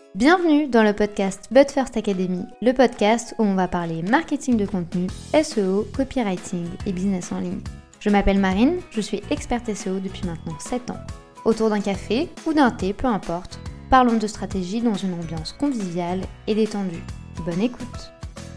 Bienvenue dans le podcast But First Academy, le podcast où on va parler marketing de contenu, SEO, copywriting et business en ligne. Je m'appelle Marine, je suis experte SEO depuis maintenant 7 ans. Autour d'un café ou d'un thé, peu importe, parlons de stratégie dans une ambiance conviviale et détendue. Bonne écoute!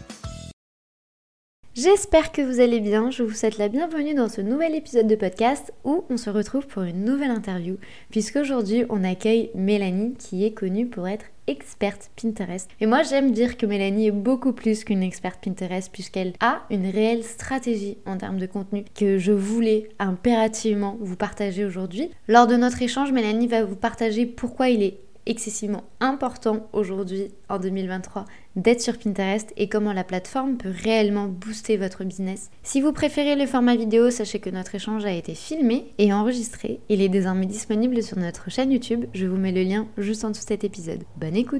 J'espère que vous allez bien, je vous souhaite la bienvenue dans ce nouvel épisode de podcast où on se retrouve pour une nouvelle interview puisqu'aujourd'hui on accueille Mélanie qui est connue pour être experte Pinterest. Et moi j'aime dire que Mélanie est beaucoup plus qu'une experte Pinterest puisqu'elle a une réelle stratégie en termes de contenu que je voulais impérativement vous partager aujourd'hui. Lors de notre échange, Mélanie va vous partager pourquoi il est excessivement important aujourd'hui en 2023 d'être sur Pinterest et comment la plateforme peut réellement booster votre business. Si vous préférez le format vidéo, sachez que notre échange a été filmé et enregistré. Il est désormais disponible sur notre chaîne YouTube. Je vous mets le lien juste en dessous de cet épisode. Bonne écoute!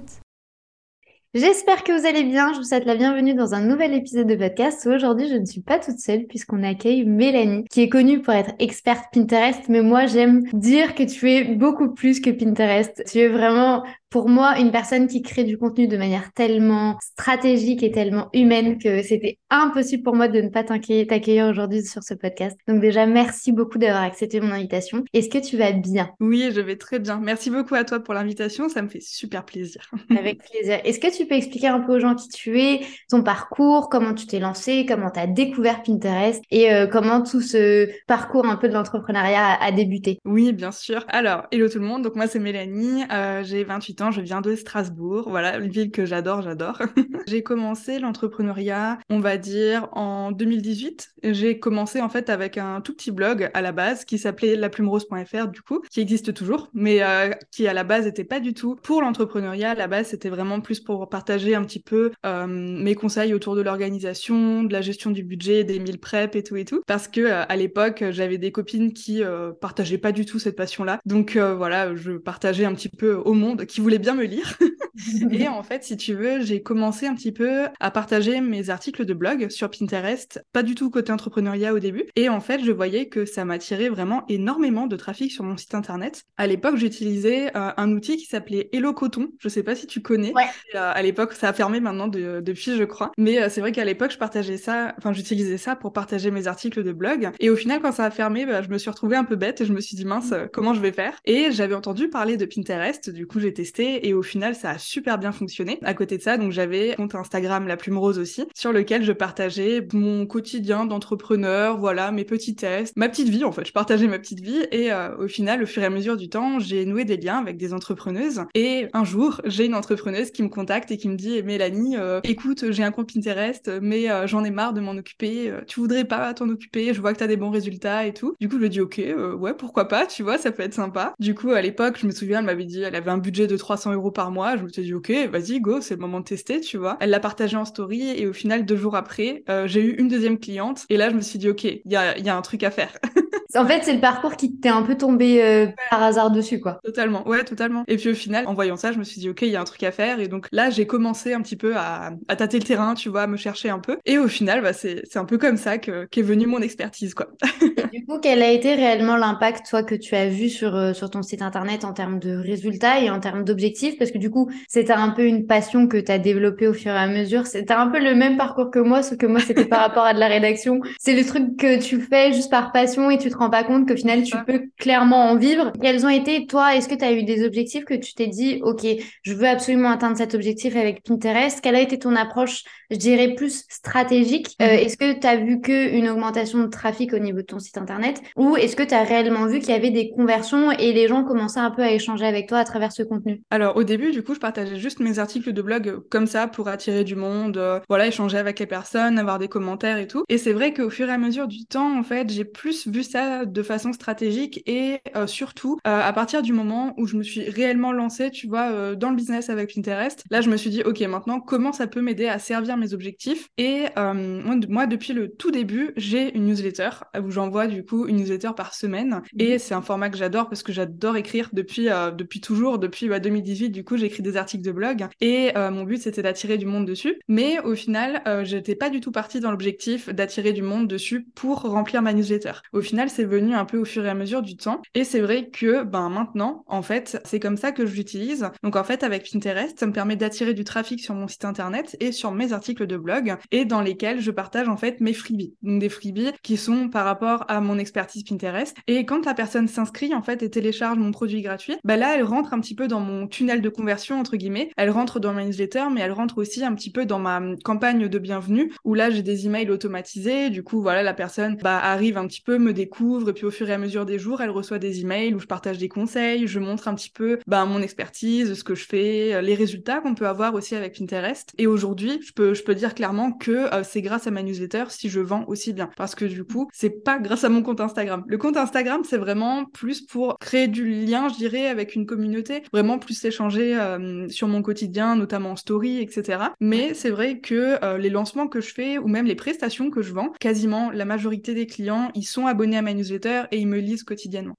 J'espère que vous allez bien, je vous souhaite la bienvenue dans un nouvel épisode de podcast où aujourd'hui je ne suis pas toute seule puisqu'on accueille Mélanie qui est connue pour être experte Pinterest, mais moi j'aime dire que tu es beaucoup plus que Pinterest. Tu es vraiment pour moi une personne qui crée du contenu de manière tellement stratégique et tellement humaine que c'était impossible pour moi de ne pas t'accueillir aujourd'hui sur ce podcast. Donc déjà merci beaucoup d'avoir accepté mon invitation. Est-ce que tu vas bien? Oui, je vais très bien. Merci beaucoup à toi pour l'invitation, ça me fait super plaisir. Avec plaisir. Est-ce que tu peux expliquer un peu aux gens qui tu es, ton parcours, comment tu t'es lancé, comment tu as découvert Pinterest et comment tout ce parcours un peu de l'entrepreneuriat a débuté? Oui, bien sûr. Alors, hello tout le monde, donc moi c'est Mélanie, j'ai 28 ans, je viens de Strasbourg, voilà, une ville que j'adore. J'ai commencé l'entrepreneuriat, on va dire, en 2018. J'ai commencé en fait avec un tout petit blog à la base qui s'appelait laplumerose.fr du coup, qui existe toujours, mais qui à la base n'était pas du tout pour l'entrepreneuriat. À la base, c'était vraiment plus pour partager un petit peu mes conseils autour de l'organisation, de la gestion du budget, des meal prep et tout, parce que à l'époque, j'avais des copines qui partageaient pas du tout cette passion-là. Donc voilà, je partageais un petit peu au monde qui voulait bien me lire. Et en fait, si tu veux, j'ai commencé un petit peu à partager mes articles de blog sur Pinterest, pas du tout côté entrepreneuriat au début. Et en fait, je voyais que ça m'attirait vraiment énormément de trafic sur mon site internet. À l'époque, j'utilisais un outil qui s'appelait Hello Coton. Je sais pas si tu connais. Ouais. À l'époque, ça a fermé maintenant depuis, je crois. Mais c'est vrai qu'à l'époque, j'utilisais ça pour partager mes articles de blog. Et au final, quand ça a fermé, je me suis retrouvée un peu bête et je me suis dit mince, comment je vais faire? Et j'avais entendu parler de Pinterest. Du coup, j'ai testé et au final, ça a super bien fonctionné. À côté de ça, donc j'avais un compte Instagram La Plume Rose aussi, sur lequel je partageais mon quotidien d'entrepreneur, voilà, mes petits tests, ma petite vie en fait. Je partageais ma petite vie et au final, au fur et à mesure du temps, j'ai noué des liens avec des entrepreneuses. Et un jour, j'ai une entrepreneuse qui me contacte et qui me dit Mélanie, écoute, j'ai un compte Pinterest, mais j'en ai marre de m'en occuper. Tu voudrais pas t'en occuper? Je vois que t'as des bons résultats et tout. Du coup, je lui dis ok, ouais, pourquoi pas, tu vois, ça peut être sympa. Du coup, à l'époque, je me souviens, elle m'avait dit, elle avait un budget de 300 € par mois. Je me suis dit ok, vas-y, go, c'est le moment de tester, tu vois. Elle l'a partagé en story et au final, 2 jours après, j'ai eu une deuxième cliente et là, je me suis dit ok, il y a un truc à faire. En fait, c'est le parcours qui t'est un peu tombé par hasard dessus, quoi. Totalement, ouais, totalement. Et puis au final, en voyant ça, je me suis dit, ok, il y a un truc à faire. Et donc là, j'ai commencé un petit peu à tâter le terrain, tu vois, à me chercher un peu. Et au final, c'est un peu comme ça qu'est venue mon expertise, quoi. Et du coup, quel a été réellement l'impact, toi, que tu as vu sur ton site internet en termes de résultats et en termes d'objectifs? Parce que du coup, c'était un peu une passion que tu as développée au fur et à mesure. C'était un peu le même parcours que moi, sauf que moi, c'était par rapport à de la rédaction. C'est le truc que tu fais juste par passion et tu te rends pas compte qu'au final, tu peux clairement en vivre. Quels ont été, toi, est-ce que tu as eu des objectifs que tu t'es dit, OK, je veux absolument atteindre cet objectif avec Pinterest? Quelle a été ton approche, je dirais, plus stratégique? Est-ce que tu as vu qu'une augmentation de trafic au niveau de ton site internet ou est-ce que tu as réellement vu qu'il y avait des conversions et les gens commençaient un peu à échanger avec toi à travers ce contenu? Alors au début, du coup, je partageais juste mes articles de blog comme ça pour attirer du monde, voilà, échanger avec les personnes, avoir des commentaires et tout. Et c'est vrai qu'au fur et à mesure du temps, en fait, j'ai plus vu ça de façon stratégique et surtout à partir du moment où je me suis réellement lancée, tu vois, dans le business avec Pinterest. Là, je me suis dit, ok, maintenant, comment ça peut m'aider à servir mes objectifs? Et moi, depuis le tout début, j'ai une newsletter où j'envoie du coup une newsletter par semaine. Et c'est un format que j'adore parce que j'adore écrire depuis toujours, depuis 2018. Du coup, j'écris des articles de blog et mon but c'était d'attirer du monde dessus. Mais au final, j'étais pas du tout partie dans l'objectif d'attirer du monde dessus pour remplir ma newsletter. Au final, c'est venu un peu au fur et à mesure du temps. Et c'est vrai que maintenant, en fait, c'est comme ça que je l'utilise. Donc en fait, avec Pinterest, ça me permet d'attirer du trafic sur mon site internet et sur mes articles de blog, et dans lesquels je partage en fait mes freebies. Donc des freebies qui sont par rapport à mon expertise Pinterest. Et quand la personne s'inscrit en fait et télécharge mon produit gratuit, là, elle rentre un petit peu dans mon tunnel de conversion, entre guillemets. Elle rentre dans ma newsletter, mais elle rentre aussi un petit peu dans ma campagne de bienvenue, où là, j'ai des emails automatisés. Du coup, voilà, la personne arrive un petit peu, me découvre, et puis au fur et à mesure des jours, elle reçoit des emails où je partage des conseils, je montre un petit peu mon expertise, ce que je fais, les résultats qu'on peut avoir aussi avec Pinterest. Et aujourd'hui, je peux dire clairement que c'est grâce à ma newsletter si je vends aussi bien. Parce que du coup, c'est pas grâce à mon compte Instagram. Le compte Instagram, c'est vraiment plus pour créer du lien, je dirais, avec une communauté, vraiment plus échanger sur mon quotidien, notamment en story, etc. Mais c'est vrai que les lancements que je fais, ou même les prestations que je vends, quasiment la majorité des clients, ils sont abonnés à ma newsletter et ils me lisent quotidiennement.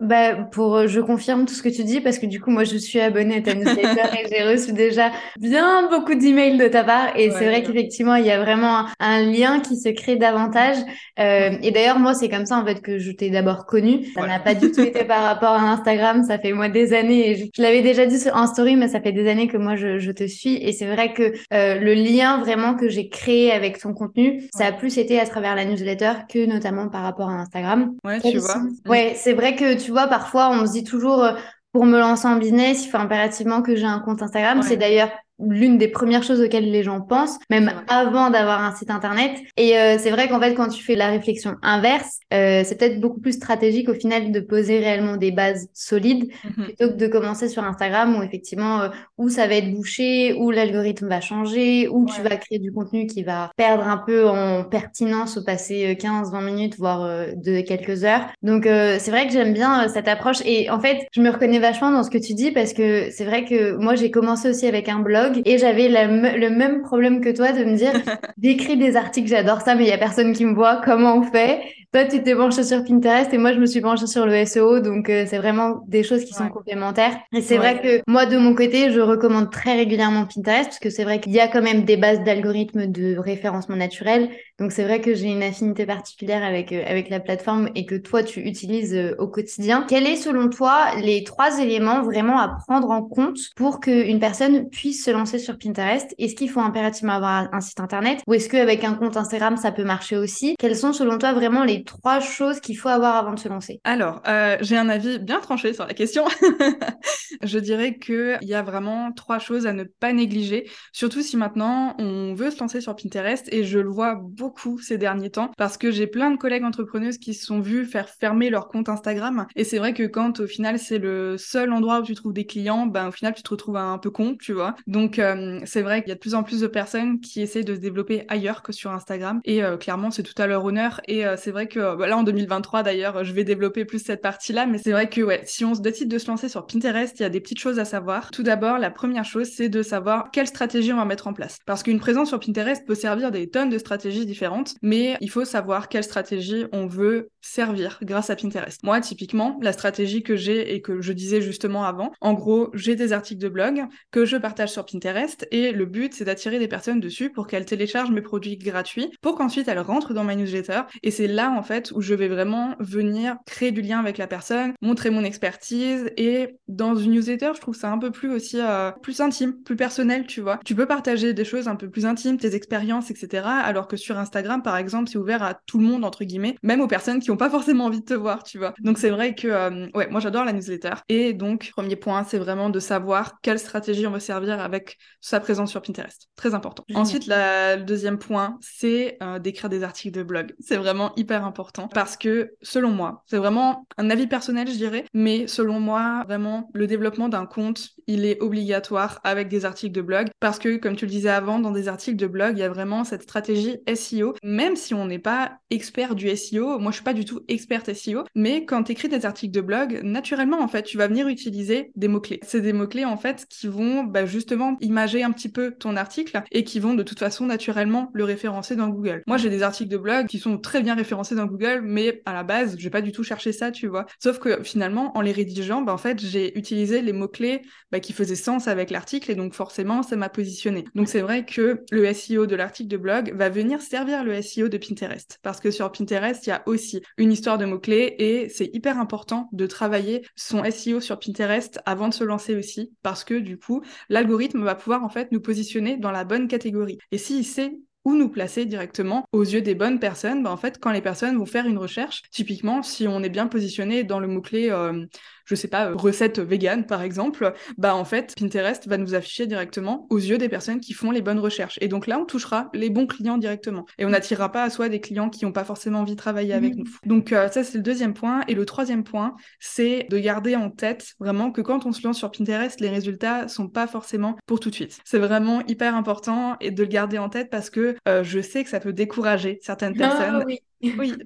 Je confirme tout ce que tu dis parce que du coup, moi, je suis abonnée à ta newsletter et j'ai reçu déjà bien beaucoup d'emails de ta part. Et c'est vrai qu'effectivement, il y a vraiment un lien qui se crée davantage. Et d'ailleurs, moi, c'est comme ça, en fait, que je t'ai d'abord connue. Ça n'a pas du tout été par rapport à Instagram. Ça fait, moi, des années, et je l'avais déjà dit en story, mais ça fait des années que moi, je te suis. Et c'est vrai que le lien vraiment que j'ai créé avec ton contenu, ça a plus été à travers la newsletter que notamment par rapport à Instagram. Ouais, tu vois. Ouais, c'est vrai que, tu vois, parfois, on se dit toujours, pour me lancer en business, il faut impérativement que j'ai un compte Instagram. C'est d'ailleurs l'une des premières choses auxquelles les gens pensent, même avant d'avoir un site internet. Et c'est vrai qu'en fait, quand tu fais la réflexion inverse, c'est peut-être beaucoup plus stratégique au final de poser réellement des bases solides plutôt que de commencer sur Instagram où effectivement, où ça va être bouché, où l'algorithme va changer, où tu vas créer du contenu qui va perdre un peu en pertinence au passé 15-20 minutes, voire de quelques heures. Donc c'est vrai que j'aime bien cette approche et en fait, je me reconnais vachement dans ce que tu dis parce que c'est vrai que moi, j'ai commencé aussi avec un blog et j'avais le même problème que toi de me dire j'écris des articles, j'adore ça, mais il y a personne qui me voit, comment on fait? Toi, tu t'es penché sur Pinterest et moi, je me suis penchée sur le SEO, donc c'est vraiment des choses qui sont complémentaires. Et c'est vrai que moi, de mon côté, je recommande très régulièrement Pinterest parce que c'est vrai qu'il y a quand même des bases d'algorithmes de référencement naturel. Donc c'est vrai que j'ai une affinité particulière avec la plateforme et que toi, tu utilises au quotidien. Quels est, selon toi, les 3 éléments vraiment à prendre en compte pour qu'une personne puisse se lancer sur Pinterest? Est-ce qu'il faut impérativement avoir un site internet ou est-ce qu'avec un compte Instagram, ça peut marcher aussi? Quelles sont, selon toi, vraiment les 3 choses qu'il faut avoir avant de se lancer? Alors, j'ai un avis bien tranché sur la question. Je dirais qu'il y a vraiment 3 choses à ne pas négliger, surtout si maintenant on veut se lancer sur Pinterest, et je le vois beaucoup ces derniers temps, parce que j'ai plein de collègues entrepreneuses qui se sont vues faire fermer leur compte Instagram, et c'est vrai que quand au final c'est le seul endroit où tu trouves des clients, au final tu te retrouves un peu con, tu vois. Donc c'est vrai qu'il y a de plus en plus de personnes qui essaient de se développer ailleurs que sur Instagram, et clairement c'est tout à leur honneur, et c'est vrai que là en 2023 d'ailleurs, je vais développer plus cette partie-là, mais c'est vrai que si on se décide de se lancer sur Pinterest, il y a des petites choses à savoir. Tout d'abord, la première chose, c'est de savoir quelle stratégie on va mettre en place. Parce qu'une présence sur Pinterest peut servir des tonnes de stratégies différentes, mais il faut savoir quelle stratégie on veut servir grâce à Pinterest. Moi, typiquement, la stratégie que j'ai et que je disais justement avant, en gros, j'ai des articles de blog que je partage sur Pinterest, et le but, c'est d'attirer des personnes dessus pour qu'elles téléchargent mes produits gratuits, pour qu'ensuite elles rentrent dans ma newsletter, et c'est là, en fait, où je vais vraiment venir créer du lien avec la personne, montrer mon expertise, et dans une newsletter, je trouve ça un peu plus aussi plus intime, plus personnel, tu vois. Tu peux partager des choses un peu plus intimes, tes expériences, etc. Alors que sur Instagram, par exemple, c'est ouvert à tout le monde, entre guillemets, même aux personnes qui ont pas forcément envie de te voir, tu vois. Donc c'est vrai que, moi j'adore la newsletter. Et donc, premier point, c'est vraiment de savoir quelle stratégie on veut servir avec sa présence sur Pinterest. Très important. Ensuite, le deuxième point, c'est d'écrire des articles de blog. C'est vraiment hyper important parce que, selon moi, c'est vraiment un avis personnel, je dirais, mais selon moi, vraiment, le développement d'un compte, il est obligatoire avec des articles de blog parce que, comme tu le disais avant, dans des articles de blog, il y a vraiment cette stratégie SEO. Même si on n'est pas expert du SEO, moi je suis pas du tout experte SEO, mais quand tu écris des articles de blog, naturellement, en fait, tu vas venir utiliser des mots-clés. C'est des mots-clés, en fait, qui vont justement imager un petit peu ton article et qui vont de toute façon naturellement le référencer dans Google. Moi, j'ai des articles de blog qui sont très bien référencés lancée dans Google, mais à la base, j'ai pas du tout cherché ça, tu vois. Sauf que finalement, en les rédigeant, en fait, j'ai utilisé les mots-clés qui faisaient sens avec l'article et donc forcément, ça m'a positionné. Donc c'est vrai que le SEO de l'article de blog va venir servir le SEO de Pinterest. Parce que sur Pinterest, il y a aussi une histoire de mots-clés et c'est hyper important de travailler son SEO sur Pinterest avant de se lancer aussi. Parce que du coup, l'algorithme va pouvoir en fait nous positionner dans la bonne catégorie. Et s'il sait où nous placer directement aux yeux des bonnes personnes, en fait, quand les personnes vont faire une recherche, typiquement, si on est bien positionné dans le mot-clé, je sais pas, recette vegan, par exemple, en fait, Pinterest va nous afficher directement aux yeux des personnes qui font les bonnes recherches. Et donc là, on touchera les bons clients directement. Et on n'attirera pas à soi des clients qui n'ont pas forcément envie de travailler avec nous. Donc ça, c'est le deuxième point. Et le troisième point, c'est de garder en tête vraiment que quand on se lance sur Pinterest, les résultats sont pas forcément pour tout de suite. C'est vraiment hyper important et de le garder en tête parce que je sais que ça peut décourager certaines personnes. Ah oui. Oui,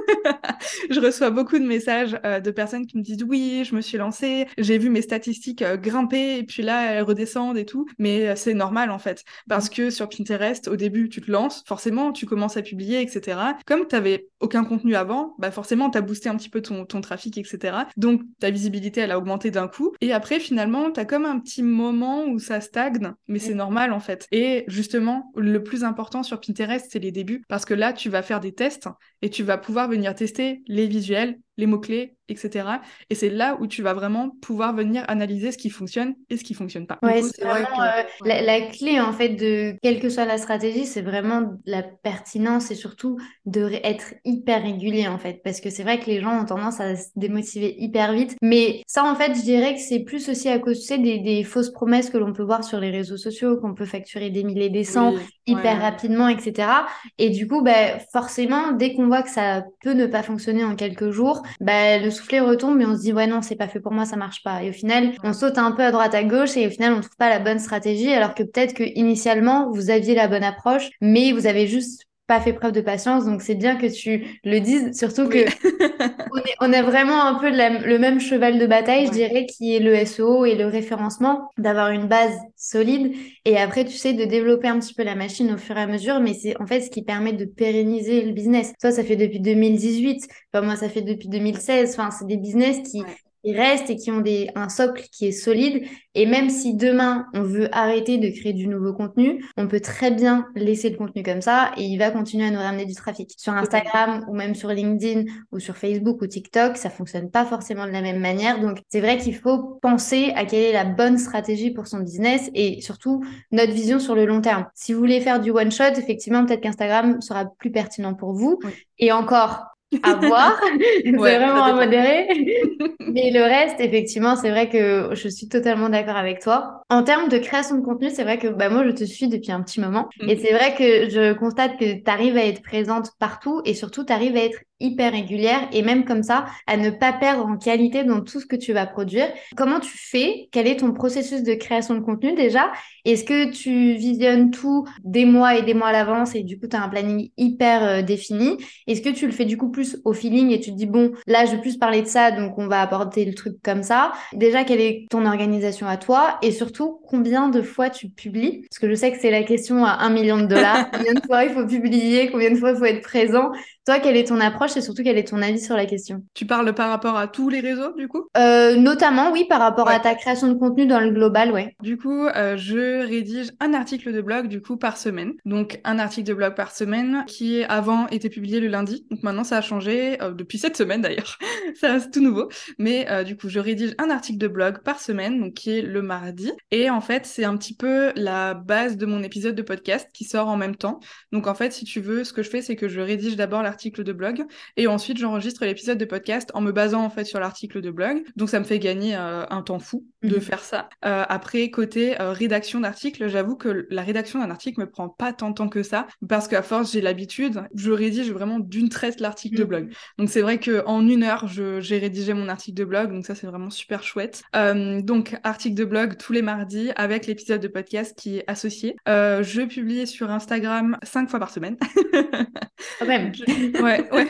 je reçois beaucoup de messages de personnes qui me disent oui, je me suis lancée, j'ai vu mes statistiques grimper et puis là elles redescendent et tout, mais c'est normal en fait parce que sur Pinterest au début tu te lances, forcément tu commences à publier etc. Comme t'avais aucun contenu avant, forcément t'as boosté un petit peu ton trafic etc. Donc ta visibilité elle a augmenté d'un coup et après finalement t'as comme un petit moment où ça stagne, mais c'est normal en fait. Et justement le plus important sur Pinterest c'est les débuts parce que là tu vas faire des tests et tu vas pouvoir venir tester les visuels, les mots-clés, etc. Et c'est là où tu vas vraiment pouvoir venir analyser ce qui fonctionne et ce qui fonctionne pas. Ouais, Du coup, c'est c'est vrai vraiment que... la clé en fait de quelle que soit la stratégie, c'est vraiment la pertinence et surtout être hyper régulier en fait, parce que c'est vrai que les gens ont tendance à se démotiver hyper vite. Mais ça en fait, je dirais que c'est plus aussi à cause tu sais, des fausses promesses que l'on peut voir sur les réseaux sociaux, qu'on peut facturer des milliers, des cents Oui, hyper ouais. rapidement, etc. Et du coup, forcément, dès qu'on voit que ça peut ne pas fonctionner en quelques jours, le soufflet retombe mais on se dit ouais non, c'est pas fait pour moi, ça marche pas. Et au final, on saute un peu à droite à gauche et au final, on trouve pas la bonne stratégie alors que peut-être que initialement, vous aviez la bonne approche, mais vous avez juste pas fait preuve de patience. Donc c'est bien que tu le dises, surtout Oui. que on a vraiment un peu le même cheval de bataille, je Ouais. dirais, qui est le SEO et le référencement, d'avoir une base solide et après, tu sais, de développer un petit peu la machine au fur et à mesure, mais c'est en fait ce qui permet de pérenniser le business. Toi, ça fait depuis 2018, enfin, moi, ça fait depuis 2016, enfin, c'est des business Ouais. qui restent et qui ont un socle qui est solide. Et même si demain, on veut arrêter de créer du nouveau contenu, on peut très bien laisser le contenu comme ça et il va continuer à nous ramener du trafic. Sur Totalement. Instagram ou même sur LinkedIn ou sur Facebook ou TikTok, ça fonctionne pas forcément de la même manière. Donc, c'est vrai qu'il faut penser à quelle est la bonne stratégie pour son business et surtout notre vision sur le long terme. Si vous voulez faire du one shot, effectivement, peut-être qu'Instagram sera plus pertinent pour vous. Oui. Et encore, à voir. C'est Ouais, ça vraiment à dépend. modérer. Mais le reste, effectivement, c'est vrai que je suis totalement d'accord avec toi. En termes de création de contenu, c'est vrai que moi, je te suis depuis un petit moment. Et c'est vrai que je constate que tu arrives à être présente partout et surtout, tu arrives à être hyper régulière et même comme ça, à ne pas perdre en qualité dans tout ce que tu vas produire. Comment tu fais? Quel est ton processus de création de contenu déjà? Est-ce que tu visionnes tout des mois et des mois à l'avance et du coup, tu as un planning hyper défini? Est-ce que tu le fais du coup plus au feeling et tu te dis, bon, là, je veux plus parler de ça, donc on va aborder le truc comme ça. Déjà, quelle est ton organisation à toi? Et surtout, combien de fois tu publies? Parce que je sais que c'est la question à 1 million de dollars. Combien de fois il faut publier? Combien de fois il faut être présent? Toi, quelle est ton approche et surtout, quel est ton avis sur la question? Tu parles par rapport à tous les réseaux, du coup? Notamment, oui, par rapport à Ouais. ta création de contenu dans le global, ouais. Du coup, je rédige un article de blog du coup par semaine. Donc un article de blog par semaine qui avant était publié le lundi. Donc maintenant ça a changé depuis cette semaine d'ailleurs. Ça reste tout nouveau. Mais du coup, je rédige un article de blog par semaine, donc qui est le mardi. Et en fait, c'est un petit peu la base de mon épisode de podcast qui sort en même temps. Donc en fait, si tu veux, ce que je fais, c'est que je rédige d'abord l'article de blog et ensuite j'enregistre l'épisode de podcast en me basant en fait sur l'article de blog. Donc ça me fait gagner un temps fou de faire ça. Après, côté rédaction d'articles, j'avoue que la rédaction d'un article me prend pas tant de temps que ça, parce qu'à force, j'ai l'habitude, je rédige vraiment d'une traite l'article de blog. Donc c'est vrai qu'en 1 heure, j'ai rédigé mon article de blog, donc ça c'est vraiment super chouette. Donc article de blog tous les mardis, avec l'épisode de podcast qui est associé. Je publie sur Instagram 5 fois par semaine. Quand même. Ouais, ouais.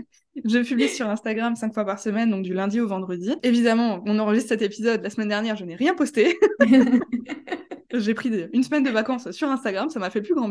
Je publie sur Instagram 5 fois par semaine, donc du lundi au vendredi. Évidemment, on enregistre cet épisode la semaine dernière, je n'ai rien posté. J'ai pris une semaine de vacances sur Instagram, ça m'a fait le plus grand bien.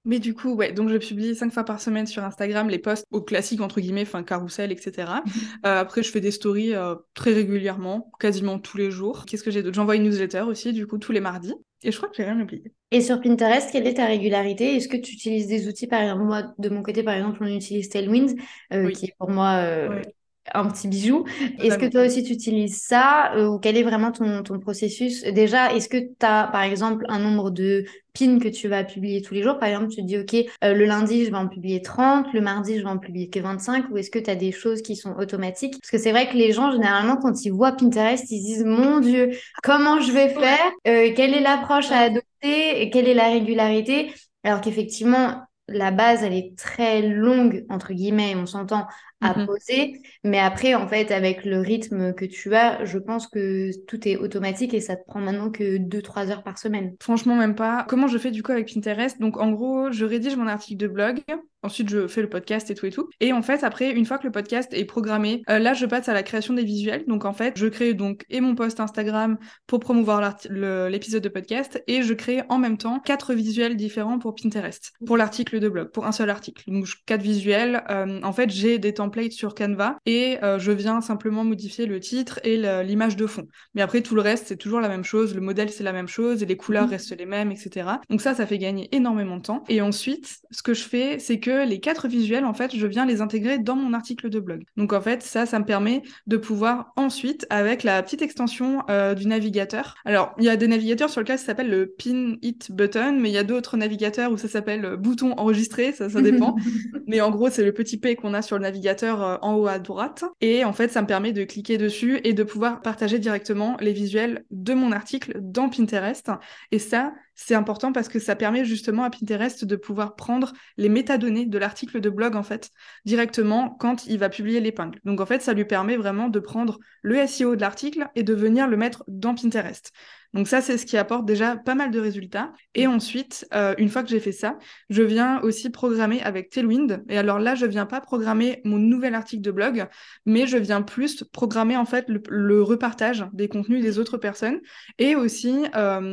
Mais du coup, ouais, donc je publie 5 fois par semaine sur Instagram les posts au classique, entre guillemets, enfin, carrousel, etc. Après, je fais des stories très régulièrement, quasiment tous les jours. Qu'est-ce que j'ai d'autre? J'envoie une newsletter aussi, du coup, tous les mardis. Et je crois que j'ai rien oublié. Et sur Pinterest, quelle est ta régularité? Est-ce que tu utilises des outils, par exemple, moi, de mon côté, par exemple, on utilise Tailwind, Oui, qui est pour moi ouais, un petit bijou. Est-ce que totalement. toi aussi tu utilises ça, ou quel est vraiment ton processus? Déjà, est-ce que tu as, par exemple, un nombre de pins que tu vas publier tous les jours? Par exemple, tu te dis, OK, le lundi, je vais en publier 30, le mardi, je vais en publier que 25, ou est-ce que tu as des choses qui sont automatiques? Parce que c'est vrai que les gens, généralement, quand ils voient Pinterest, ils se disent, mon Dieu, comment je vais faire? Ouais. Quelle est l'approche à Ouais. adopter? Et quelle est la régularité? Alors qu'effectivement, la base, elle est très longue, entre guillemets, on s'entend, à Mhm. poser. Mais après, en fait, avec le rythme que tu as, je pense que tout est automatique et ça te prend maintenant que 2 3 heures par semaine. Franchement, même pas. Comment je fais du coup avec Pinterest? Donc, en gros, je rédige mon article de blog. Ensuite, je fais le podcast et tout et tout. Et en fait, après, une fois que le podcast est programmé, là, je passe à la création des visuels. Donc, en fait, je crée donc et mon post Instagram pour promouvoir l'épisode de podcast et je crée en même temps 4 visuels différents pour Pinterest, pour l'article de blog, pour un seul article. Donc, 4 visuels. En fait, j'ai des templates sur Canva et je viens simplement modifier le titre et l'image de fond. Mais après, tout le reste, c'est toujours la même chose. Le modèle, c'est la même chose et les couleurs restent les mêmes, etc. Donc ça fait gagner énormément de temps. Et ensuite, ce que je fais, c'est que les 4 visuels, en fait, je viens les intégrer dans mon article de blog. Donc en fait, ça me permet de pouvoir ensuite, avec la petite extension du navigateur. Alors, il y a des navigateurs sur lesquels ça s'appelle le Pin It Button, mais il y a d'autres navigateurs où ça s'appelle bouton enregistré, ça dépend. Mais en gros, c'est le petit P qu'on a sur le navigateur en haut à droite. Et en fait, ça me permet de cliquer dessus et de pouvoir partager directement les visuels de mon article dans Pinterest. Et ça, c'est important parce que ça permet justement à Pinterest de pouvoir prendre les métadonnées de l'article de blog, en fait, directement quand il va publier l'épingle. Donc, en fait, ça lui permet vraiment de prendre le SEO de l'article et de venir le mettre dans Pinterest. Donc ça, c'est ce qui apporte déjà pas mal de résultats. Et ensuite, une fois que j'ai fait ça, je viens aussi programmer avec Tailwind. Et alors là, je viens pas programmer mon nouvel article de blog, mais je viens plus programmer en fait le repartage des contenus des autres personnes et aussi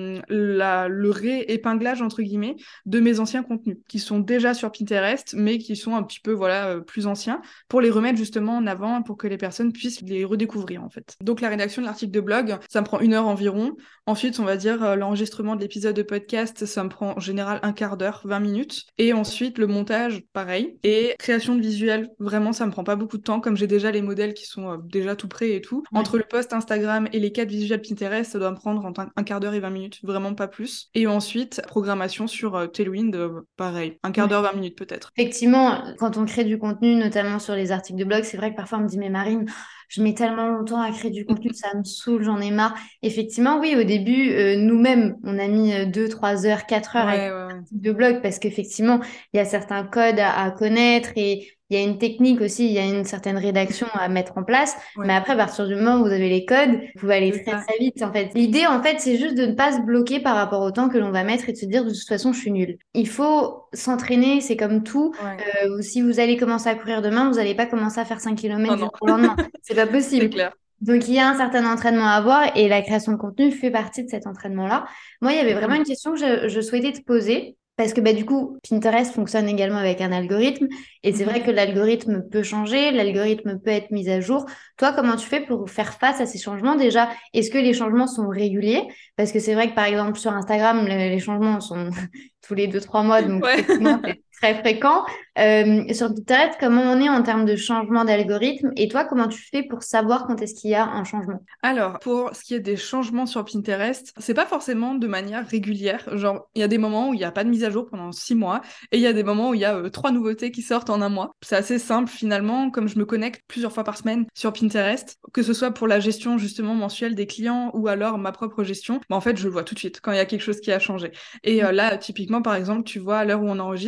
le réépinglage entre guillemets de mes anciens contenus qui sont déjà sur Pinterest, mais qui sont un petit peu plus anciens pour les remettre justement en avant pour que les personnes puissent les redécouvrir en fait. Donc la rédaction de l'article de blog, ça me prend 1 heure environ. Ensuite, on va dire l'enregistrement de l'épisode de podcast, ça me prend en général un quart d'heure, 20 minutes. Et ensuite, le montage, pareil. Et création de visuels, vraiment, ça me prend pas beaucoup de temps, comme j'ai déjà les modèles qui sont déjà tout prêts et tout. Ouais. Entre le post Instagram et les 4 visuels Pinterest, ça doit me prendre entre un quart d'heure et 20 minutes, vraiment pas plus. Et ensuite, programmation sur Tailwind, pareil, un quart Ouais. d'heure, 20 minutes peut-être. Effectivement, quand on crée du contenu, notamment sur les articles de blog, c'est vrai que parfois on me dit, mais Marine, je mets tellement longtemps à créer du contenu, ça me saoule, j'en ai marre. Effectivement, oui, au début, nous-mêmes, on a mis 2 3 heures, 4 heures à créer Ouais, ouais, un ouais. article de blog parce qu'effectivement, il y a certains codes à connaître et il y a une technique aussi, il y a une certaine rédaction à mettre en place. Mais Ouais, après, à partir du moment où vous avez les codes, vous pouvez aller c'est très ça. très vite en fait. L'idée, en fait, c'est juste de ne pas se bloquer par rapport au temps que l'on va mettre et de se dire de toute façon, je suis nulle. Il faut s'entraîner, c'est comme tout. Ouais. Si vous allez commencer à courir demain, vous n'allez pas commencer à faire 5 kilomètres Non, du non, jour au lendemain. C'est pas c'est possible. clair. Donc, il y a un certain entraînement à avoir et la création de contenu fait partie de cet entraînement-là. Moi, il y avait vraiment Totalement. une question que je souhaitais te poser. Parce que bah, du coup, Pinterest fonctionne également avec un algorithme. Et c'est vrai Mhm. que l'algorithme peut changer, l'algorithme peut être mis à jour. Toi, comment tu fais pour faire face à ces changements? Déjà, est-ce que les changements sont réguliers? Parce que c'est vrai que par exemple, sur Instagram, les changements sont tous les 2 3 mois. Donc, Ouais. effectivement, c'est très fréquent. Sur Pinterest, comment on est en termes de changement d'algorithme? Et toi, comment tu fais pour savoir quand est-ce qu'il y a un changement? Alors, pour ce qui est des changements sur Pinterest, c'est pas forcément de manière régulière. Genre, il y a des moments où il n'y a pas de mise à jour pendant 6 mois, et il y a des moments où il y a 3 nouveautés qui sortent en un mois. C'est assez simple finalement, comme je me connecte plusieurs fois par semaine sur Pinterest, que ce soit pour la gestion justement mensuelle des clients ou alors ma propre gestion, bah, en fait, je le vois tout de suite quand il y a quelque chose qui a changé. Et là, typiquement, par exemple, tu vois, à l'heure où on enregistre, je me suis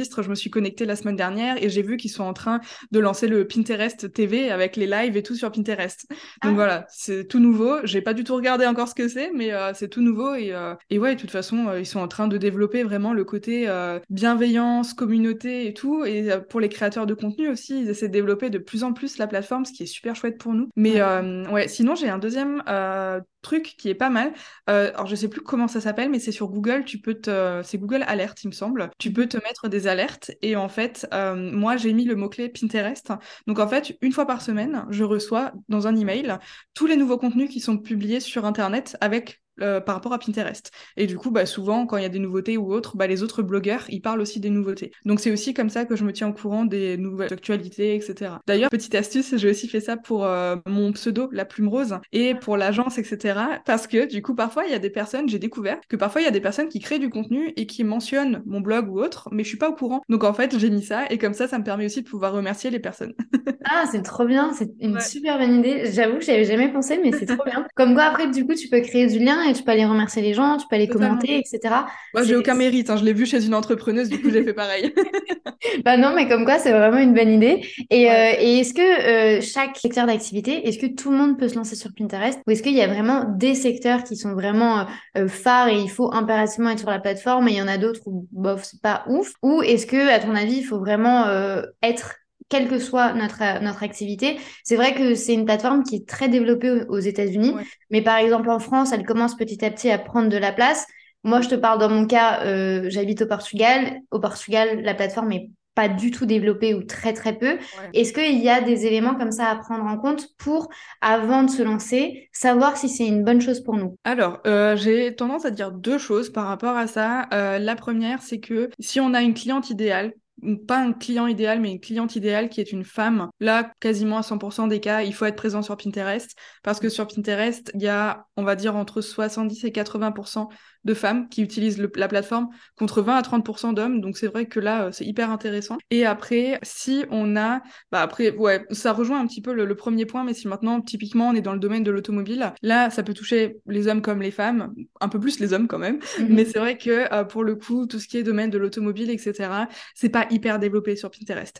suis connectée la semaine dernière et j'ai vu qu'ils sont en train de lancer le Pinterest TV avec les lives et tout sur Pinterest. Donc voilà, c'est tout nouveau. J'ai pas du tout regardé encore ce que c'est, mais c'est tout nouveau et ouais, de toute façon, ils sont en train de développer vraiment le côté bienveillance, communauté et tout. Et pour les créateurs de contenu aussi, ils essaient de développer de plus en plus la plateforme, ce qui est super chouette pour nous. Mais ouais, sinon j'ai un deuxième truc qui est pas mal. Alors je sais plus comment ça s'appelle, mais c'est sur Google. C'est Google Alert, il me semble. Tu peux te mettre des alertes et en fait, moi j'ai mis le mot-clé Pinterest. Donc en fait, une fois par semaine, je reçois dans un email tous les nouveaux contenus qui sont publiés sur Internet avec par rapport à Pinterest. Et du coup, bah, souvent, quand il y a des nouveautés ou autres, bah, les autres blogueurs, ils parlent aussi des nouveautés. Donc c'est aussi comme ça que je me tiens au courant des nouvelles actualités, etc. D'ailleurs, petite astuce, j'ai aussi fait ça pour mon pseudo, la plume rose, et pour l'agence, etc. Parce que du coup, parfois, il y a des personnes, j'ai découvert que parfois, il y a des personnes qui créent du contenu et qui mentionnent mon blog ou autre, mais je suis pas au courant. Donc en fait, j'ai mis ça, et comme ça me permet aussi de pouvoir remercier les personnes. Ah, c'est trop bien, c'est une Ouais. super bonne idée. J'avoue que j'y avais jamais pensé, mais c'est trop bien. Comme quoi, après, du coup, tu peux créer du lien et tu peux aller remercier les gens, tu peux aller Totalement. commenter, etc. Moi, j'ai C'est... aucun mérite, hein. Je l'ai vu chez une entrepreneuse, du coup, j'ai fait pareil. Bah non, mais comme quoi, c'est vraiment une bonne idée. Ouais. Et est-ce que chaque secteur d'activité, est-ce que tout le monde peut se lancer sur Pinterest ou est-ce qu'il y a vraiment des secteurs qui sont vraiment phares et il faut impérativement être sur la plateforme et il y en a d'autres où, bof, c'est pas ouf? Ou est-ce que, à ton avis, il faut vraiment être quelle que soit notre activité. C'est vrai que c'est une plateforme qui est très développée aux États-Unis, Ouais. mais par exemple en France, elle commence petit à petit à prendre de la place. Moi, je te parle dans mon cas, j'habite au Portugal. Au Portugal, la plateforme est pas du tout développée ou très très peu. Ouais. Est-ce qu'il y a des éléments comme ça à prendre en compte pour, avant de se lancer, savoir si c'est une bonne chose pour nous? Alors, j'ai tendance à dire deux choses par rapport à ça. La première, c'est que si on a une cliente idéale, ou pas un client idéal, mais une cliente idéale qui est une femme, là, quasiment à 100% des cas, il faut être présent sur Pinterest, parce que sur Pinterest, il y a, on va dire, entre 70 et 80% de femmes qui utilisent la plateforme, contre 20 à 30% d'hommes, donc c'est vrai que là, c'est hyper intéressant. Et après, si on a, bah après, ouais, ça rejoint un petit peu le premier point, mais si maintenant, typiquement, on est dans le domaine de l'automobile, là, ça peut toucher les hommes comme les femmes, un peu plus les hommes quand même, mais c'est vrai que pour le coup, tout ce qui est domaine de l'automobile, etc., c'est pas hyper développé sur Pinterest.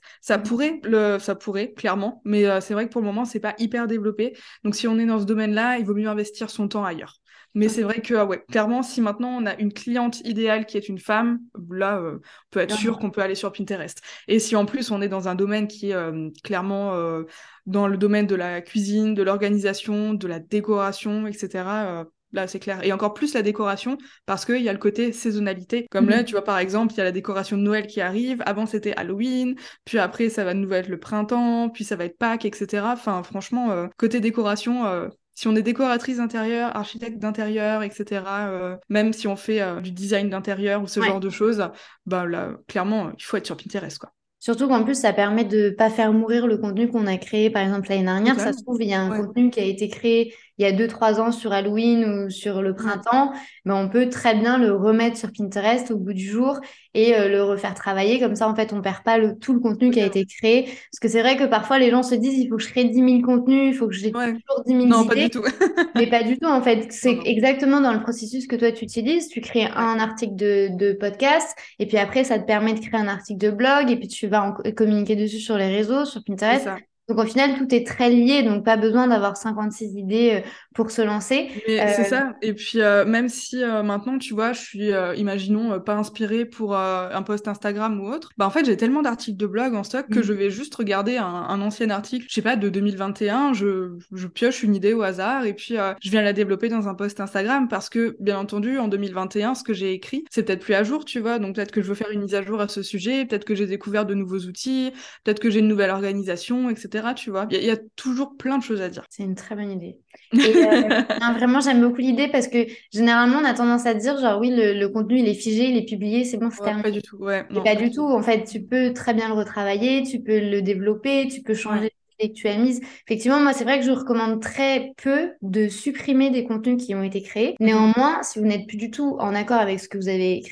Ça pourrait, clairement, mais c'est vrai que pour le moment, c'est pas hyper développé. Donc si on est dans ce domaine-là, il vaut mieux investir son temps ailleurs. Mais c'est vrai que, ouais, clairement, si maintenant on a une cliente idéale qui est une femme, là, on peut être sûr qu'on peut aller sur Pinterest. Et si en plus on est dans un domaine qui est clairement dans le domaine de la cuisine, de l'organisation, de la décoration, etc., là, c'est clair. Et encore plus la décoration, parce qu'il y a le côté saisonnalité. Comme là, tu vois, par exemple, il y a la décoration de Noël qui arrive. Avant, c'était Halloween. Puis après, ça va de nouveau être le printemps. Puis ça va être Pâques, etc. Enfin, franchement, côté décoration, si on est décoratrice d'intérieur, architecte d'intérieur, etc., même si on fait du design d'intérieur ou ce Ouais. genre de choses, bah là, clairement, il faut être sur Pinterest, quoi. Surtout qu'en plus, ça permet de pas faire mourir le contenu qu'on a créé, par exemple, l'année dernière. Ça se Totalement. trouve, il y a un Ouais. contenu qui a été créé il y a 2, 3 ans sur Halloween ou sur le Mm. printemps. Mais on peut très bien le remettre sur Pinterest au bout du jour et le refaire travailler. Comme ça, en fait, on perd pas tout le contenu qui a Totalement. été créé. Parce que c'est vrai que parfois, les gens se disent, il faut que je crée 10 000 contenus, il faut que j'ai Ouais. toujours 10 000 Non, pas du idées. tout. Mais pas du tout, en fait. Non, C'est non. exactement dans le processus que toi, tu utilises. Tu crées Ouais. un article de podcast et puis après, ça te permet de créer un article de blog et puis tu vas communiquer dessus sur les réseaux, sur C'est Pinterest. ça. Donc, au final, tout est très lié. Donc, pas besoin d'avoir 56 idées pour se lancer. Mais c'est ça. Et puis, même si maintenant, tu vois, je suis, imaginons, pas inspirée pour un post Instagram ou autre, bah en fait, j'ai tellement d'articles de blog en stock que je vais juste regarder un ancien article, je sais pas, de 2021, je pioche une idée au hasard et puis je viens la développer dans un post Instagram parce que, bien entendu, en 2021, ce que j'ai écrit, c'est peut-être plus à jour, tu vois, donc peut-être que je veux faire une mise à jour à ce sujet, peut-être que j'ai découvert de nouveaux outils, peut-être que j'ai une nouvelle organisation, etc., tu vois. Il y a toujours plein de choses à dire. C'est une très bonne idée. Et non, vraiment, j'aime beaucoup l'idée parce que généralement, on a tendance à dire, genre, oui, le contenu, il est figé, il est publié, c'est bon, c'est Ouais, terminé. pas du tout. Ouais, Et non, pas pas du du tout. tout. En fait, tu peux très bien le retravailler, tu peux le développer, tu peux Ouais. changer l'idée que tu as mise. Effectivement, moi, c'est vrai que je recommande très peu de supprimer des contenus qui ont été créés. Mhm. Néanmoins, si vous n'êtes plus du tout en accord avec ce que vous avez écrit,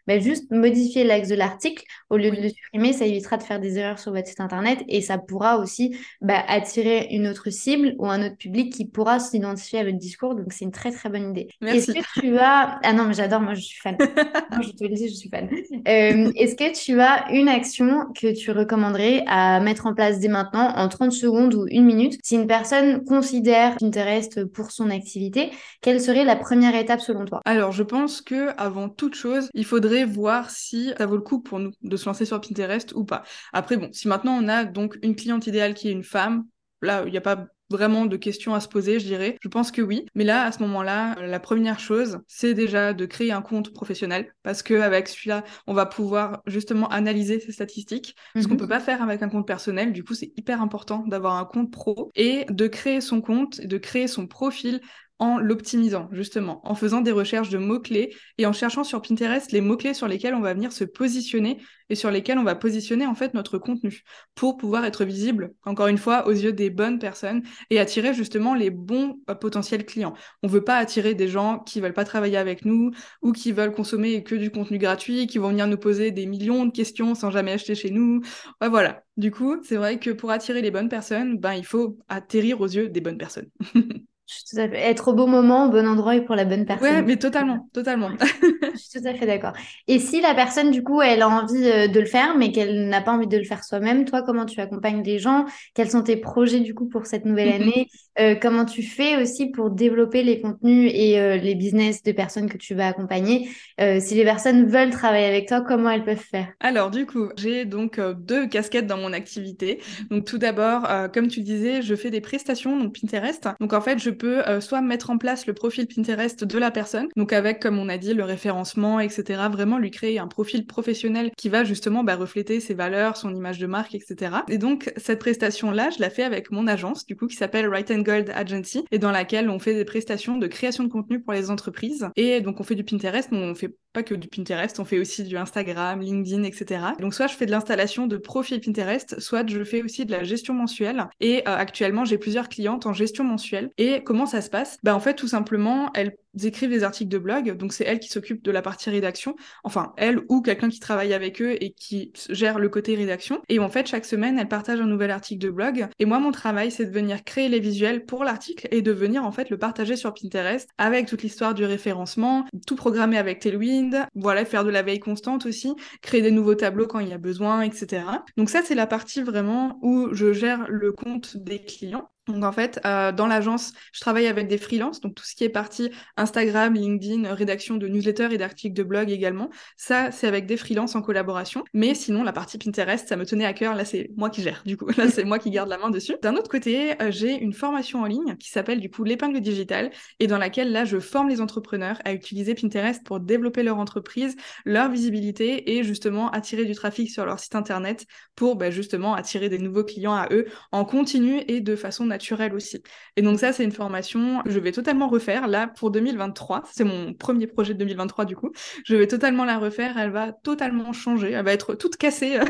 juste modifier l'axe de l'article. Au lieu de le supprimer, ça évitera de faire des erreurs sur votre site internet et ça pourra aussi attirer une autre cible ou un autre public qui pourra s'identifier à votre discours. Donc, c'est une très, très bonne idée. Merci. Est-ce que tu as... Ah non, mais j'adore, moi, je suis fan. Moi, je te le dis, je suis fan. Est-ce que tu as une action que tu recommanderais à mettre en place dès maintenant en 30 secondes ou 1 minute? Si une personne considère Pinterest pour son activité, quelle serait la première étape selon toi? Alors, je pense que avant toute chose, il faudrait voir si ça vaut le coup pour nous de se lancer sur Pinterest ou pas. Après, bon, si maintenant on a donc une cliente idéale qui est une femme, là, il n'y a pas vraiment de questions à se poser, je dirais. Je pense que oui. Mais là, à ce moment-là, la première chose, c'est déjà de créer un compte professionnel parce que avec celui-là, on va pouvoir justement analyser ces statistiques, ce qu'on peut pas faire avec un compte personnel. Du coup, c'est hyper important d'avoir un compte pro et de créer son compte, de créer son profil en l'optimisant, justement, en faisant des recherches de mots-clés et en cherchant sur Pinterest les mots-clés sur lesquels on va venir se positionner et sur lesquels on va positionner en fait notre contenu pour pouvoir être visible, encore une fois, aux yeux des bonnes personnes et attirer justement les bons potentiels clients. On veut pas attirer des gens qui veulent pas travailler avec nous ou qui veulent consommer que du contenu gratuit, qui vont venir nous poser des millions de questions sans jamais acheter chez nous. Ouais, voilà. Du coup, c'est vrai que pour attirer les bonnes personnes, il faut atterrir aux yeux des bonnes personnes. Je suis tout à fait... Être au bon moment, au bon endroit et pour la bonne Ouais, personne. mais totalement, totalement. Je suis tout à fait d'accord. Et si la personne, du coup, elle a envie de le faire, mais qu'elle n'a pas envie de le faire soi-même, toi, comment tu accompagnes les gens? Quels sont tes projets, du coup, pour cette nouvelle année? Comment tu fais aussi pour développer les contenus et les business de personnes que tu vas accompagner? Si les personnes veulent travailler avec toi, comment elles peuvent faire? Alors, du coup, j'ai donc 2 casquettes dans mon activité. Donc, tout d'abord, comme tu le disais, je fais des prestations, donc Pinterest. Donc, en fait, je peux soit mettre en place le profil Pinterest de la personne, donc avec, comme on a dit, le référencement, etc. Vraiment lui créer un profil professionnel qui va justement refléter ses valeurs, son image de marque, etc. Et donc, cette prestation-là, je la fais avec mon agence, du coup, qui s'appelle Right and Gold Agency, et dans laquelle on fait des prestations de création de contenu pour les entreprises. Et donc, on fait du Pinterest, mais on fait pas que du Pinterest, on fait aussi du Instagram, LinkedIn, etc. Donc soit je fais de l'installation de profil Pinterest, soit je fais aussi de la gestion mensuelle. Et actuellement, j'ai plusieurs clientes en gestion mensuelle. Et comment ça se passe? En fait, tout simplement, elles écrivent des articles de blog, donc c'est elles qui s'occupent de la partie rédaction, enfin elles ou quelqu'un qui travaille avec eux et qui gère le côté rédaction. Et en fait, chaque semaine, elles partagent un nouvel article de blog. Et moi, mon travail, c'est de venir créer les visuels pour l'article et de venir en fait le partager sur Pinterest avec toute l'histoire du référencement, tout programmer avec Tailwind, voilà, faire de la veille constante aussi, créer des nouveaux tableaux quand il y a besoin, etc. Donc ça, c'est la partie vraiment où je gère le compte des clients. Donc en fait, dans l'agence, je travaille avec des freelances, donc tout ce qui est partie Instagram, LinkedIn, rédaction de newsletters et d'articles de blog également. Ça, c'est avec des freelances en collaboration. Mais sinon, la partie Pinterest, ça me tenait à cœur. Là, c'est moi qui gère, du coup. Là, c'est moi qui garde la main dessus. D'un autre côté, j'ai une formation en ligne qui s'appelle du coup l'épingle digitale et dans laquelle là, je forme les entrepreneurs à utiliser Pinterest pour développer leur entreprise, leur visibilité et justement attirer du trafic sur leur site internet pour justement attirer des nouveaux clients à eux en continu et de façon naturelle aussi. Et donc ça, c'est une formation que je vais totalement refaire là pour 2023. C'est mon premier projet de 2023 du coup. Je vais totalement la refaire. Elle va totalement changer. Elle va être toute cassée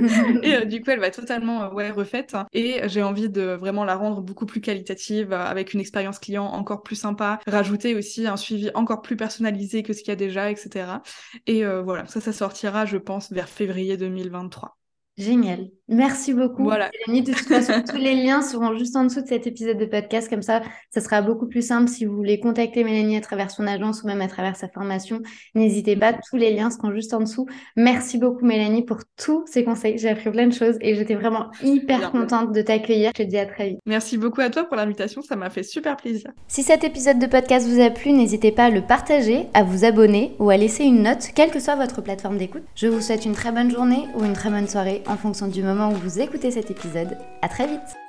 et du coup, elle va être totalement refaite. Et j'ai envie de vraiment la rendre beaucoup plus qualitative avec une expérience client encore plus sympa. Rajouter aussi un suivi encore plus personnalisé que ce qu'il y a déjà, etc. Et voilà, ça sortira, je pense, vers février 2023. Génial. Merci beaucoup, Voilà. Mélanie. De toute façon, tous les liens seront juste en dessous de cet épisode de podcast. Comme ça sera beaucoup plus simple si vous voulez contacter Mélanie à travers son agence ou même à travers sa formation. N'hésitez pas, tous les liens seront juste en dessous. Merci beaucoup, Mélanie, pour tous ces conseils. J'ai appris plein de choses et j'étais vraiment hyper contente de t'accueillir. Je te dis à très vite. Merci beaucoup à toi pour l'invitation. Ça m'a fait super plaisir. Si cet épisode de podcast vous a plu, n'hésitez pas à le partager, à vous abonner ou à laisser une note, quelle que soit votre plateforme d'écoute. Je vous souhaite une très bonne journée ou une très bonne soirée en fonction du moment où vous écoutez cet épisode. À très vite!